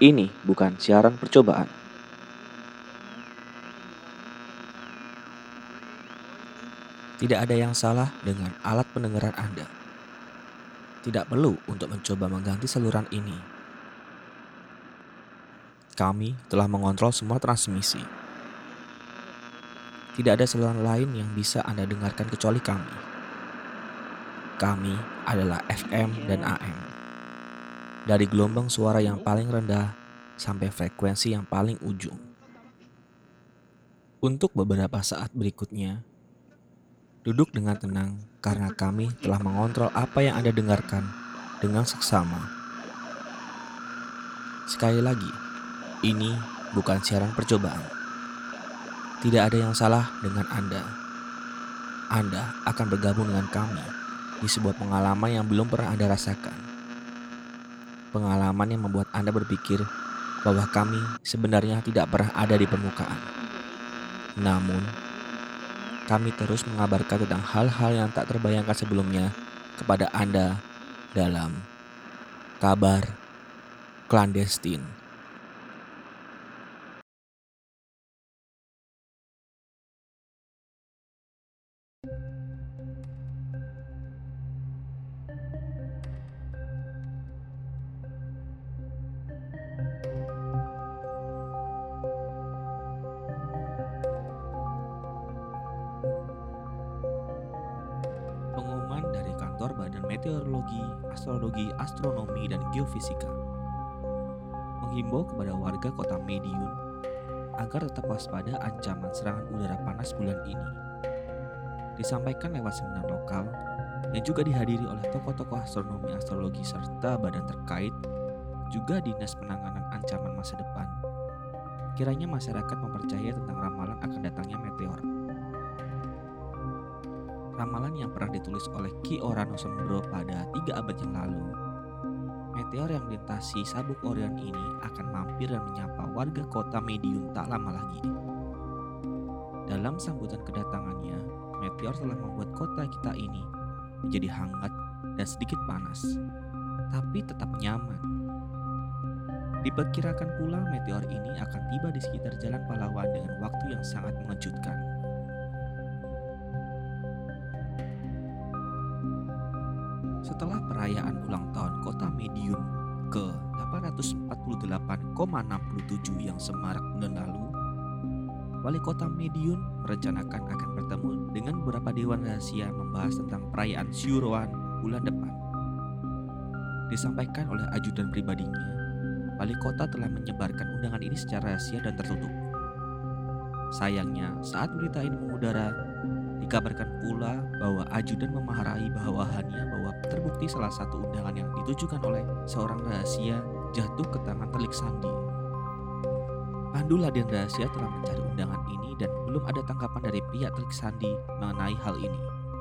Ini bukan siaran percobaan. Tidak ada yang salah dengan alat pendengaran Anda. Tidak perlu untuk mencoba mengganti saluran ini. Kami telah mengontrol semua transmisi. Tidak ada saluran lain yang bisa Anda dengarkan kecuali kami. Kami adalah FM dan AM. Dari gelombang suara yang paling rendah sampai frekuensi yang paling ujung. Untuk beberapa saat berikutnya, duduk dengan tenang karena kami telah mengontrol apa yang Anda dengarkan dengan seksama. Sekali lagi, ini bukan siaran percobaan. Tidak ada yang salah dengan Anda. Anda akan bergabung dengan kami di sebuah pengalaman yang belum pernah Anda rasakan. Pengalaman yang membuat Anda berpikir bahwa kami sebenarnya tidak pernah ada di permukaan. Namun, kami terus mengabarkan tentang hal-hal yang tak terbayangkan sebelumnya kepada Anda dalam Kabar Clandestine. Pengumuman dari kantor Badan Meteorologi, Astronomi, dan Geofisika menghimbau kepada warga kota Mediun agar tetap waspada ancaman serangan udara panas bulan ini. Disampaikan lewat seminar lokal yang juga dihadiri oleh tokoh-tokoh astronomi, astrologi, serta badan terkait, juga Dinas Penanganan Ancaman Masa Depan. Kiranya masyarakat mempercayai tentang ramalan akan datangnya meteor. Ramalan yang pernah ditulis oleh Ki Orano Sembro pada 3 abad yang lalu. Meteor yang melintasi sabuk Orion ini akan mampir dan menyapa warga kota Mediun tak lama lagi. Dalam sambutan kedatangannya, meteor telah membuat kota kita ini menjadi hangat dan sedikit panas, tapi tetap nyaman. Diperkirakan pula meteor ini akan tiba di sekitar Jalan Pahlawan dengan waktu yang sangat mengejutkan. Setelah perayaan ulang tahun kota Mediun ke 848,67 yang semarak bulan lalu, Wali Kota Mediun merencanakan akan bertemu dengan beberapa dewan rahasia membahas tentang perayaan Syuroan bulan depan. Disampaikan oleh ajudan pribadinya, Wali Kota telah menyebarkan undangan ini secara rahasia dan tertutup. Sayangnya, saat berita ini mengudara, dikabarkan pula bahwa ajudan memarahi bawahannya bahwa terbukti salah satu undangan yang ditujukan oleh seorang rahasia jatuh ke tangan telik sandi. Pandu Ladin Rahasia telah mencari undangan ini dan belum ada tanggapan dari pihak telik sandi mengenai hal ini.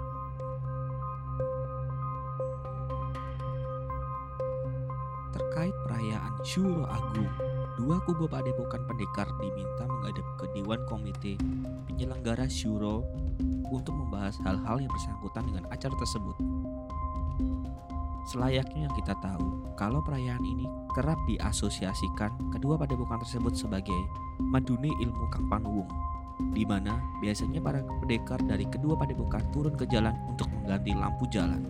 Terkait perayaan Syuro Agung, dua kubu padepokan pendekar diminta menghadap ke Dewan Komite Penyelenggara Syuro untuk membahas hal-hal yang bersangkutan dengan acara tersebut. Selayaknya yang kita tahu, kalau perayaan ini kerap diasosiasikan kedua padepokan tersebut sebagai Madune Ilmu Kang Panuwung, di mana biasanya para pendekar dari kedua padepokan turun ke jalan untuk mengganti lampu jalan.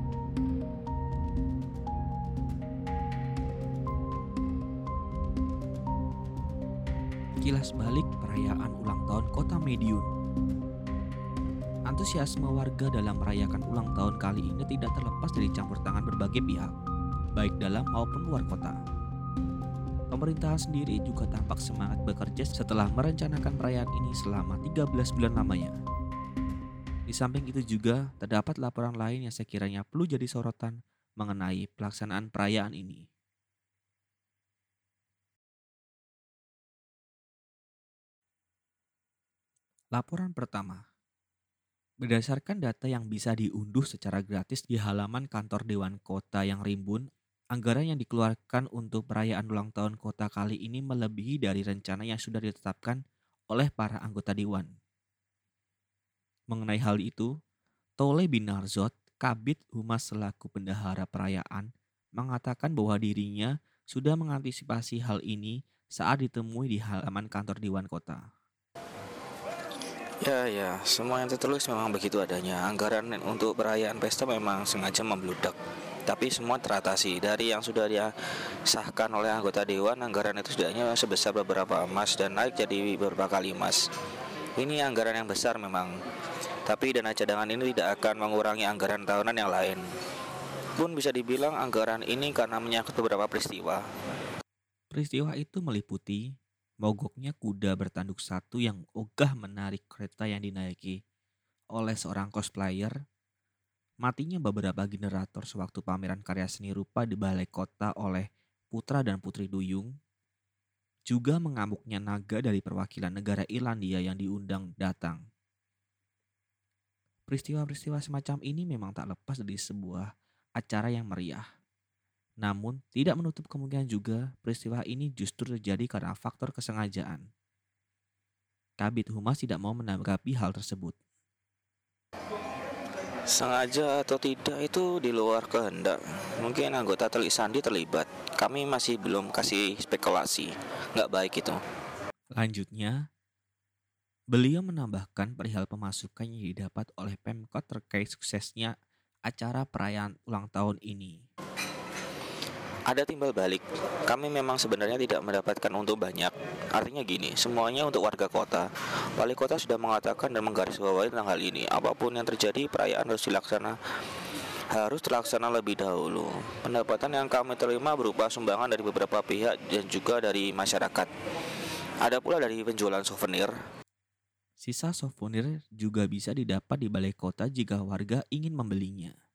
Kilas balik perayaan ulang tahun Kota Mediun. Antusiasme warga dalam merayakan ulang tahun kali ini tidak terlepas dari campur tangan berbagai pihak, baik dalam maupun luar kota. Pemerintahan sendiri juga tampak semangat bekerja setelah merencanakan perayaan ini selama 13 bulan lamanya. Di samping itu juga terdapat laporan lain yang sekiranya perlu jadi sorotan mengenai pelaksanaan perayaan ini. Laporan pertama. Berdasarkan data yang bisa diunduh secara gratis di halaman kantor Dewan Kota yang rimbun, anggaran yang dikeluarkan untuk perayaan ulang tahun kota kali ini melebihi dari rencana yang sudah ditetapkan oleh para anggota Dewan. Mengenai hal itu, Tole Binarzot, Kabid Humas selaku bendahara perayaan, mengatakan bahwa dirinya sudah mengantisipasi hal ini saat ditemui di halaman kantor Dewan Kota. Ya, semua yang tertulis memang begitu adanya. Anggaran untuk perayaan pesta memang sengaja membludak. Tapi semua teratasi. Dari yang sudah disahkan oleh anggota dewan, anggaran itu setidaknya sebesar beberapa emas dan naik jadi beberapa kali emas. Ini anggaran yang besar memang. Tapi dana cadangan ini tidak akan mengurangi anggaran tahunan yang lain. Pun bisa dibilang anggaran ini karena menyangkut beberapa peristiwa. Peristiwa itu meliputi mogoknya kuda bertanduk satu yang ogah menarik kereta yang dinaiki oleh seorang cosplayer, matinya beberapa generator sewaktu pameran karya seni rupa di balai kota oleh putra dan putri duyung, juga mengamuknya naga dari perwakilan negara Irlandia yang diundang datang. Peristiwa-peristiwa semacam ini memang tak lepas dari sebuah acara yang meriah. Namun, tidak menutup kemungkinan juga peristiwa ini justru terjadi karena faktor kesengajaan. Kabid Humas tidak mau menanggapi hal tersebut. Sengaja atau tidak itu di luar kehendak. Mungkin anggota Telik Sandi terlibat. Kami masih belum kasih spekulasi. Nggak baik itu. Lanjutnya, beliau menambahkan perihal pemasukan yang didapat oleh Pemkot terkait suksesnya acara perayaan ulang tahun ini. Ada timbal balik. Kami memang sebenarnya tidak mendapatkan untung banyak. Artinya gini, semuanya untuk warga kota. Wali kota sudah mengatakan dan menggarisbawahi tentang hal ini. Apapun yang terjadi, perayaan harus terlaksana lebih dahulu. Pendapatan yang kami terima berupa sumbangan dari beberapa pihak dan juga dari masyarakat. Ada pula dari penjualan souvenir. Sisa souvenir juga bisa didapat di balai kota jika warga ingin membelinya.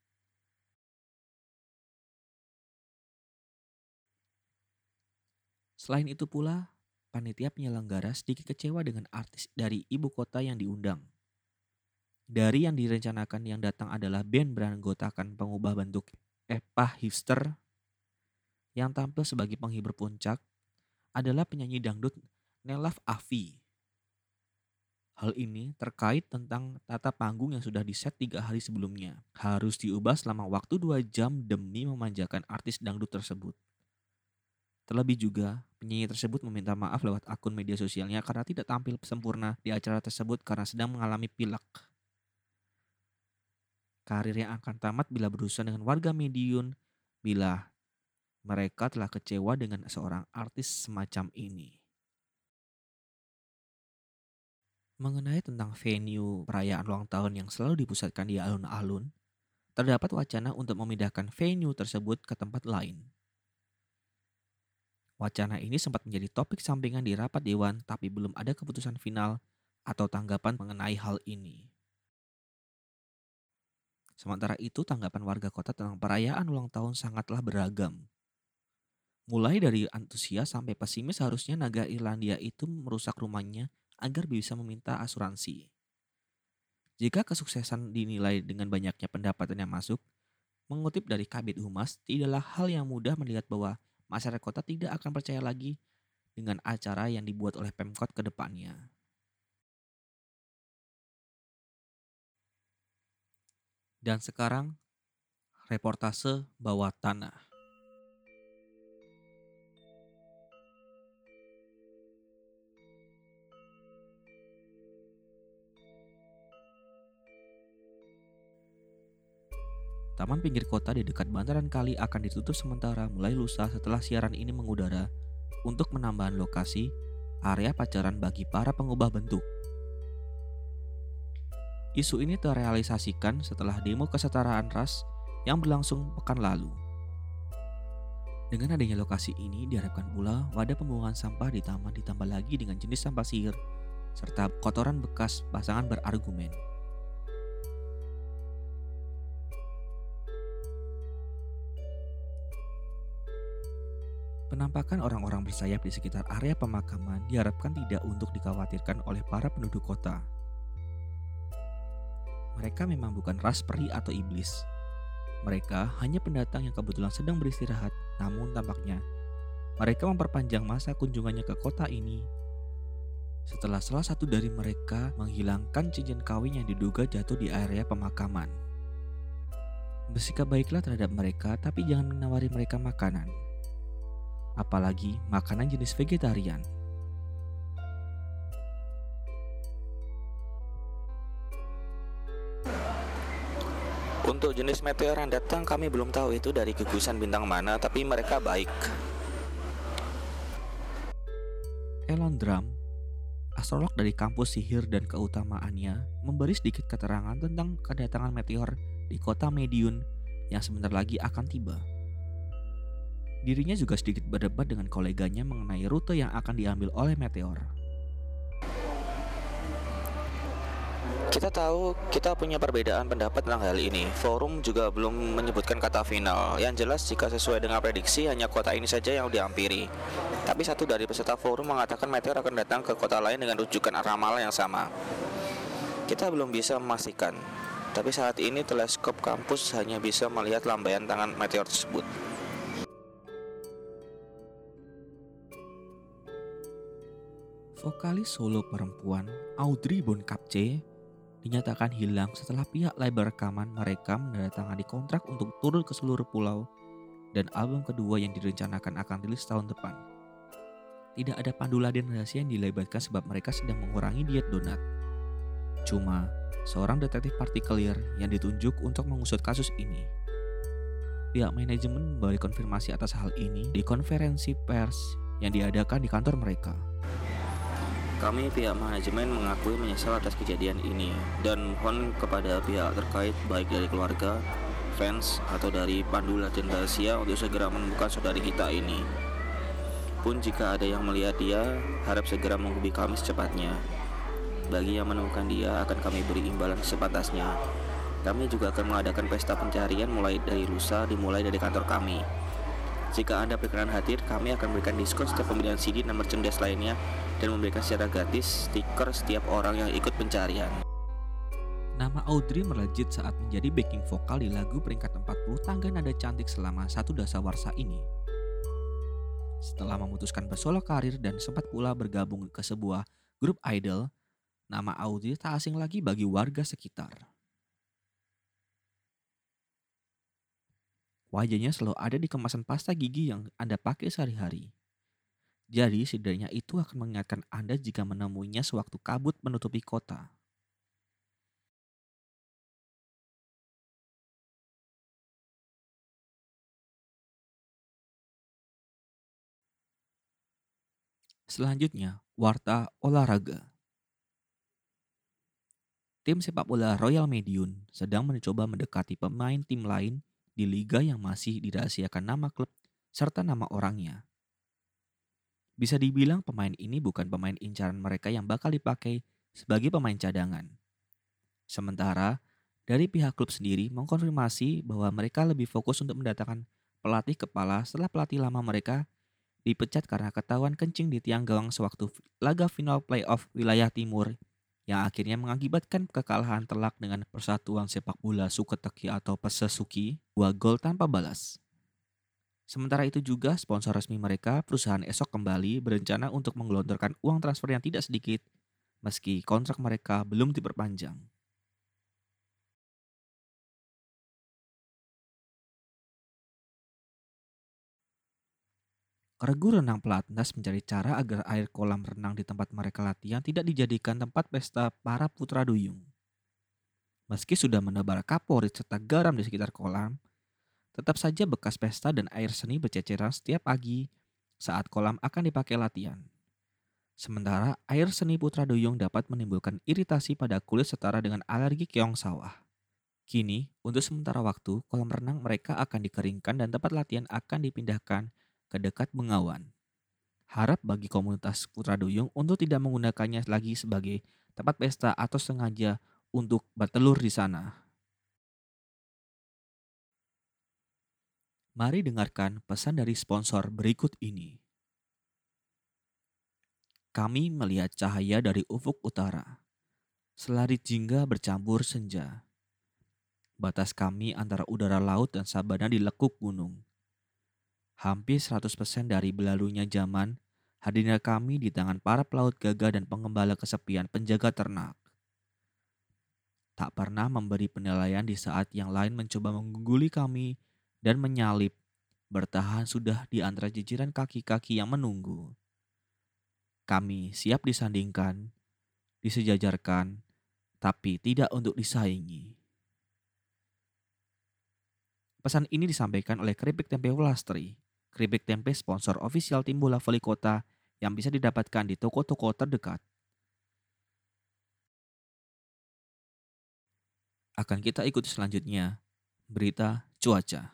Selain itu pula, panitia penyelenggara sedikit kecewa dengan artis dari ibu kota yang diundang. Dari yang direncanakan yang datang adalah band beranggotakan pengubah bentuk epah hipster. Yang tampil sebagai penghibur puncak adalah penyanyi dangdut Nelaf Afi. Hal ini terkait tentang tata panggung yang sudah diset 3 hari sebelumnya. Harus diubah selama waktu 2 jam demi memanjakan artis dangdut tersebut. Terlebih juga, penyanyi tersebut meminta maaf lewat akun media sosialnya karena tidak tampil sempurna di acara tersebut karena sedang mengalami pilek. Karir yang akan tamat bila berurusan dengan warga Madiun bila mereka telah kecewa dengan seorang artis semacam ini. Mengenai tentang venue perayaan ulang tahun yang selalu dipusatkan di alun-alun, terdapat wacana untuk memindahkan venue tersebut ke tempat lain. Wacana ini sempat menjadi topik sampingan di rapat dewan, tapi belum ada keputusan final atau tanggapan mengenai hal ini. Sementara itu, tanggapan warga kota tentang perayaan ulang tahun sangatlah beragam. Mulai dari antusias sampai pesimis harusnya naga Irlandia itu merusak rumahnya agar bisa meminta asuransi. Jika kesuksesan dinilai dengan banyaknya pendapatan yang masuk, mengutip dari Kabid Humas, tidaklah hal yang mudah melihat bahwa masyarakat kota tidak akan percaya lagi dengan acara yang dibuat oleh Pemkot ke depannya. Dan sekarang, reportase bawah tanah. Taman pinggir kota di dekat bantaran kali akan ditutup sementara mulai lusa setelah siaran ini mengudara untuk penambahan lokasi area pacaran bagi para pengubah bentuk. Isu ini terrealisasikan setelah demo kesetaraan ras yang berlangsung pekan lalu. Dengan adanya lokasi ini diharapkan pula wadah pembuangan sampah di taman ditambah lagi dengan jenis sampah sihir serta kotoran bekas pasangan berargumen. Penampakan orang-orang bersayap di sekitar area pemakaman diharapkan tidak untuk dikhawatirkan oleh para penduduk kota. Mereka memang bukan ras peri atau iblis. Mereka hanya pendatang yang kebetulan sedang beristirahat, namun tampaknya mereka memperpanjang masa kunjungannya ke kota ini setelah salah satu dari mereka menghilangkan cincin kawin yang diduga jatuh di area pemakaman. Bersikap baiklah terhadap mereka, tapi jangan menawari mereka makanan. apalagi makanan jenis vegetarian. Untuk jenis meteor yang datang kami belum tahu itu dari gugusan bintang mana, tapi mereka baik. Elon Drum, astrolog dari kampus sihir dan keutamaannya, memberi sedikit keterangan tentang kedatangan meteor di kota Mediun yang sebentar lagi akan tiba. Dirinya juga sedikit berdebat dengan koleganya mengenai rute yang akan diambil oleh meteor. Kita tahu kita punya perbedaan pendapat tentang hal ini. Forum juga belum menyebutkan kata final. Yang jelas jika sesuai dengan prediksi hanya kota ini saja yang dihampiri. Tapi satu dari peserta forum mengatakan meteor akan datang ke kota lain dengan rujukan ramalan yang sama. Kita belum bisa memastikan. Tapi saat ini teleskop kampus hanya bisa melihat lambaian tangan meteor tersebut. Vokalis solo perempuan Audrey Boncapce dinyatakan hilang setelah pihak label rekaman mereka menandatangani kontrak untuk turun ke seluruh pulau dan album kedua yang direncanakan akan rilis tahun depan. Tidak ada pandu laden rahasia yang dilebatkan sebab mereka sedang mengurangi diet donat. Cuma seorang detektif partikelir yang ditunjuk untuk mengusut kasus ini. Pihak manajemen memberi konfirmasi atas hal ini di konferensi pers yang diadakan di kantor mereka. Kami pihak manajemen mengakui menyesal atas kejadian ini dan mohon kepada pihak terkait baik dari keluarga, fans, atau dari pandu laden rahasia untuk segera menemukan saudari kita ini. Pun jika ada yang melihat dia, harap segera menghubungi kami secepatnya. Bagi yang menemukan dia akan kami beri imbalan sepantasnya. Kami juga akan mengadakan pesta pencarian mulai dari lusa dimulai dari kantor kami. Jika Anda berkenan hadir, kami akan memberikan diskon setiap pembelian CD dan merchandise lainnya dan memberikan secara gratis stiker setiap orang yang ikut pencarian. Nama Audrey melejit saat menjadi backing vokal di lagu peringkat 40 Tangga Nada Cantik selama satu dasawarsa ini. Setelah memutuskan bersolo karir dan sempat pula bergabung ke sebuah grup idol, nama Audrey tak asing lagi bagi warga sekitar. Wajahnya selalu ada di kemasan pasta gigi yang Anda pakai sehari-hari. Jadi setidaknya itu akan mengingatkan Anda jika menemuinya sewaktu kabut menutupi kota. Selanjutnya, warta olahraga. Tim sepak bola Royal Mediun sedang mencoba mendekati pemain tim lain di liga yang masih dirahasiakan nama klub serta nama orangnya. Bisa dibilang pemain ini bukan pemain incaran mereka yang bakal dipakai sebagai pemain cadangan. Sementara, dari pihak klub sendiri mengkonfirmasi bahwa mereka lebih fokus untuk mendatangkan pelatih kepala setelah pelatih lama mereka dipecat karena ketahuan kencing di tiang gawang sewaktu laga final playoff wilayah timur yang akhirnya mengakibatkan kekalahan telak dengan Persatuan Sepak Bola Sukateki atau Persesuki 2 gol tanpa balas. Sementara itu juga sponsor resmi mereka, perusahaan esok kembali berencana untuk menggelontorkan uang transfer yang tidak sedikit meski kontrak mereka belum diperpanjang. Regu renang pelatnas mencari cara agar air kolam renang di tempat mereka latihan tidak dijadikan tempat pesta para putra duyung. Meski sudah menebar kaporit serta garam di sekitar kolam, tetap saja bekas pesta dan air seni berceceran setiap pagi saat kolam akan dipakai latihan. Sementara air seni putra duyung dapat menimbulkan iritasi pada kulit setara dengan alergi keong sawah. Kini, untuk sementara waktu, kolam renang mereka akan dikeringkan dan tempat latihan akan dipindahkan ke dekat Bengawan. Harap bagi komunitas putra duyung untuk tidak menggunakannya lagi sebagai tempat pesta atau sengaja untuk bertelur di sana. Mari dengarkan pesan dari sponsor berikut ini. Kami melihat cahaya dari ufuk utara. Selari jingga bercampur senja. Batas kami antara udara laut dan sabana dilekuk gunung. Hampir 100% dari belalunya zaman, hadirnya kami di tangan para pelaut gagah dan pengembala kesepian penjaga ternak. Tak pernah memberi penilaian di saat yang lain mencoba mengungguli kami dan menyalip bertahan sudah di antara jejeran kaki-kaki yang menunggu. Kami siap disandingkan, disejajarkan, tapi tidak untuk disaingi. Pesan ini disampaikan oleh Keripik Tempe Welastri, keripik tempe sponsor ofisial tim bola voli kota yang bisa didapatkan di toko-toko terdekat. Akan kita ikuti selanjutnya, berita cuaca.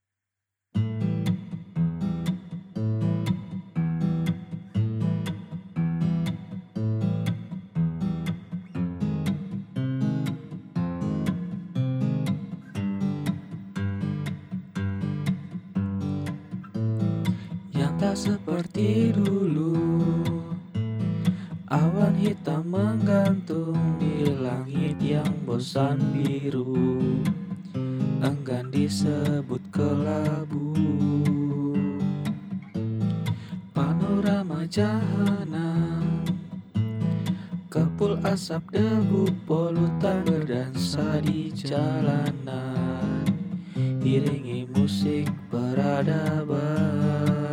Yang tak seperti dulu, awan hitam menggantung di langit yang bosan biru, enggan disebut kelabu. Panorama jahanam, kepul asap debu polutan berdansa di jalanan, iringi musik peradaban.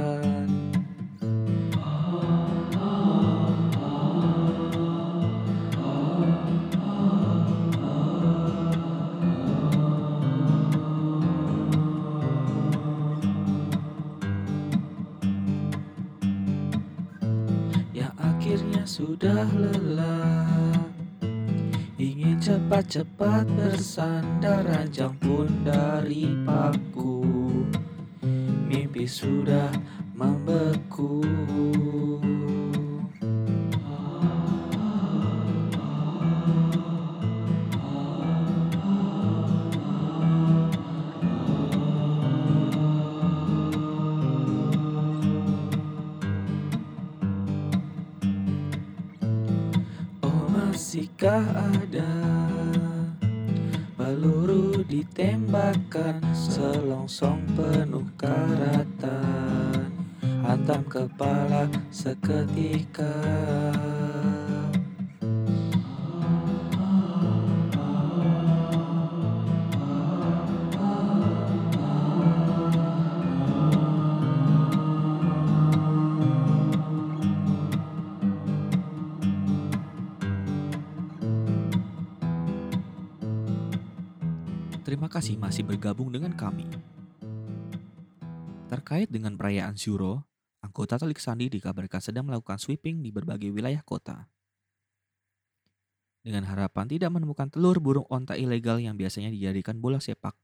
Yang akhirnya sudah lelah, ingin cepat-cepat bersandar, ranjang pun dari paku, mimpi sudah membeku. Oh, masihkah ada peluru ditembakkan, selongsong penuh karatan, hantam kepala seketika. Terima kasih masih bergabung dengan kami. Terkait dengan perayaan Syuro, anggota Telik Sandi dikabarkan sedang melakukan sweeping di berbagai wilayah kota. Dengan harapan tidak menemukan telur burung onta ilegal yang biasanya dijadikan bola sepak.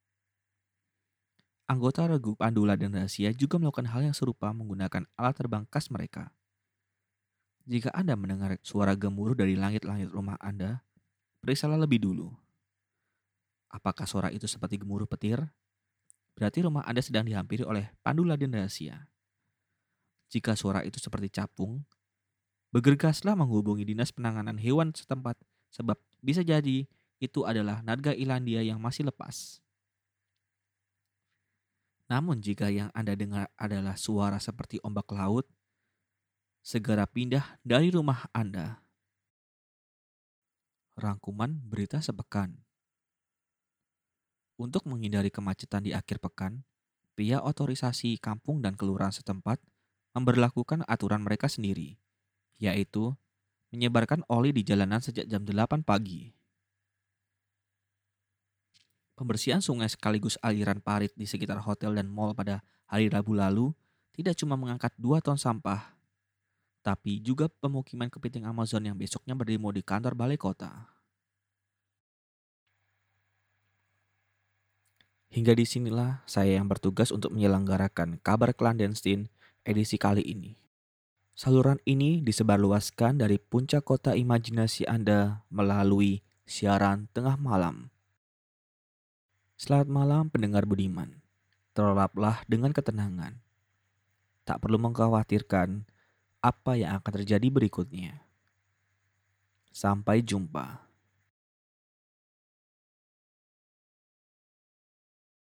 Anggota Regu Pandula dan Rahasia juga melakukan hal yang serupa menggunakan alat terbang khas mereka. Jika Anda mendengar suara gemuruh dari langit-langit rumah Anda, periksalah lebih dulu. Apakah suara itu seperti gemuruh petir? Berarti rumah Anda sedang dihampiri oleh Pandula dan Rahasia. Jika suara itu seperti capung, bergegaslah menghubungi Dinas Penanganan Hewan setempat, sebab bisa jadi itu adalah naga Irlandia yang masih lepas. Namun jika yang Anda dengar adalah suara seperti ombak laut, segera pindah dari rumah Anda. Rangkuman berita sepekan. Untuk menghindari kemacetan di akhir pekan, pihak otorisasi kampung dan kelurahan setempat memberlakukan aturan mereka sendiri, yaitu menyebarkan oli di jalanan sejak jam 8 pagi. Pembersihan sungai sekaligus aliran parit di sekitar hotel dan mal pada hari Rabu lalu tidak cuma mengangkat 2 ton sampah, tapi juga pemukiman kepiting Amazon yang besoknya berdemo di kantor balai kota. Hingga disinilah saya yang bertugas untuk menyelenggarakan kabar clandestine edisi kali ini. Saluran ini disebarluaskan dari puncak kota imajinasi Anda melalui siaran tengah malam. Selamat malam pendengar budiman, terlelaplah dengan ketenangan. Tak perlu mengkhawatirkan apa yang akan terjadi berikutnya. Sampai jumpa.